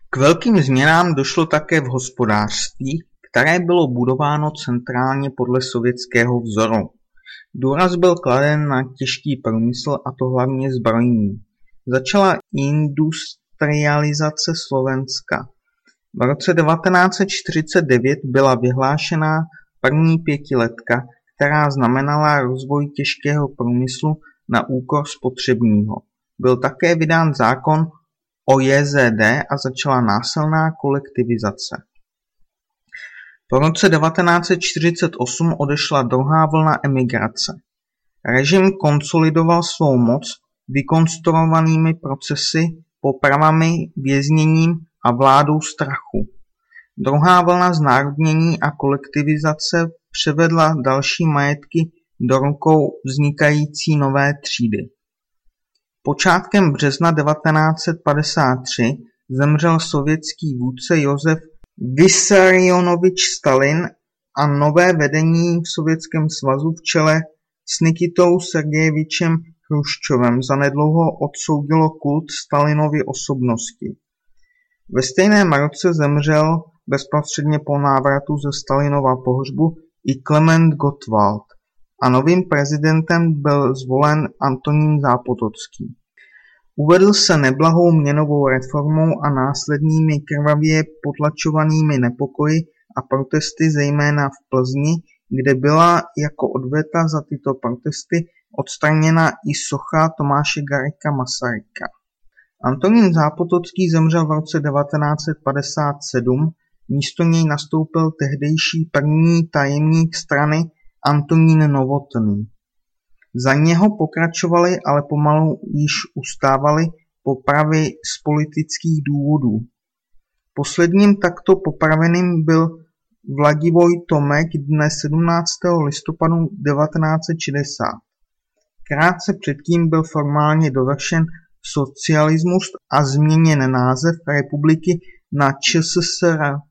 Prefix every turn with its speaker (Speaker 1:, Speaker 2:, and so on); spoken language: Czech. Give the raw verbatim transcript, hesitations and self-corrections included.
Speaker 1: K velkým změnám došlo také v hospodářství, které bylo budováno centrálně podle sovětského vzoru. Důraz byl kladen na těžký průmysl, a to hlavně zbrojní. Začala industrializace Slovenska. V roce devatenáct set čtyřicet devět byla vyhlášena první pětiletka, která znamenala rozvoj těžkého průmyslu na úkor spotřebního. Byl také vydán zákon o J Z D a začala násilná kolektivizace. Po roce devatenáct set čtyřicet osm odešla druhá vlna emigrace. Režim konsolidoval svou moc vykonstruovanými procesy, popravami, vězněním a vládou strachu. Druhá vlna znárodnění a kolektivizace převedla další majetky do rukou vznikající nové třídy. Počátkem března devatenáct set padesát tři zemřel sovětský vůdce Josef Vissarionovič Stalin a nové vedení v Sovětském svazu v čele s Nikitou Sergejevičem Chruščovem zanedlouho odsoudilo kult Stalinovy osobnosti. Ve stejném roce zemřel bezprostředně po návratu ze Stalinova pohřbu i Klement Gottwald a novým prezidentem byl zvolen Antonín Zápotocký. Uvedl se neblahou měnovou reformou a následnými krvavě potlačovanými nepokoji a protesty zejména v Plzni, kde byla jako odveta za tyto protesty odstraněna i socha Tomáše Garrigua Masaryka. Antonín Zápotocký zemřel v roce devatenáct set padesát sedm, místo něj nastoupil tehdejší první tajemník strany Antonín Novotný. Za něho pokračovaly, ale pomalu již ustávaly popravy z politických důvodů. Posledním takto popraveným byl Vladivoj Tomek dne sedmnáctého listopadu devatenáct set šedesát. Krátce předtím byl formálně dovršen socialismus a změněn název republiky na Č S S R.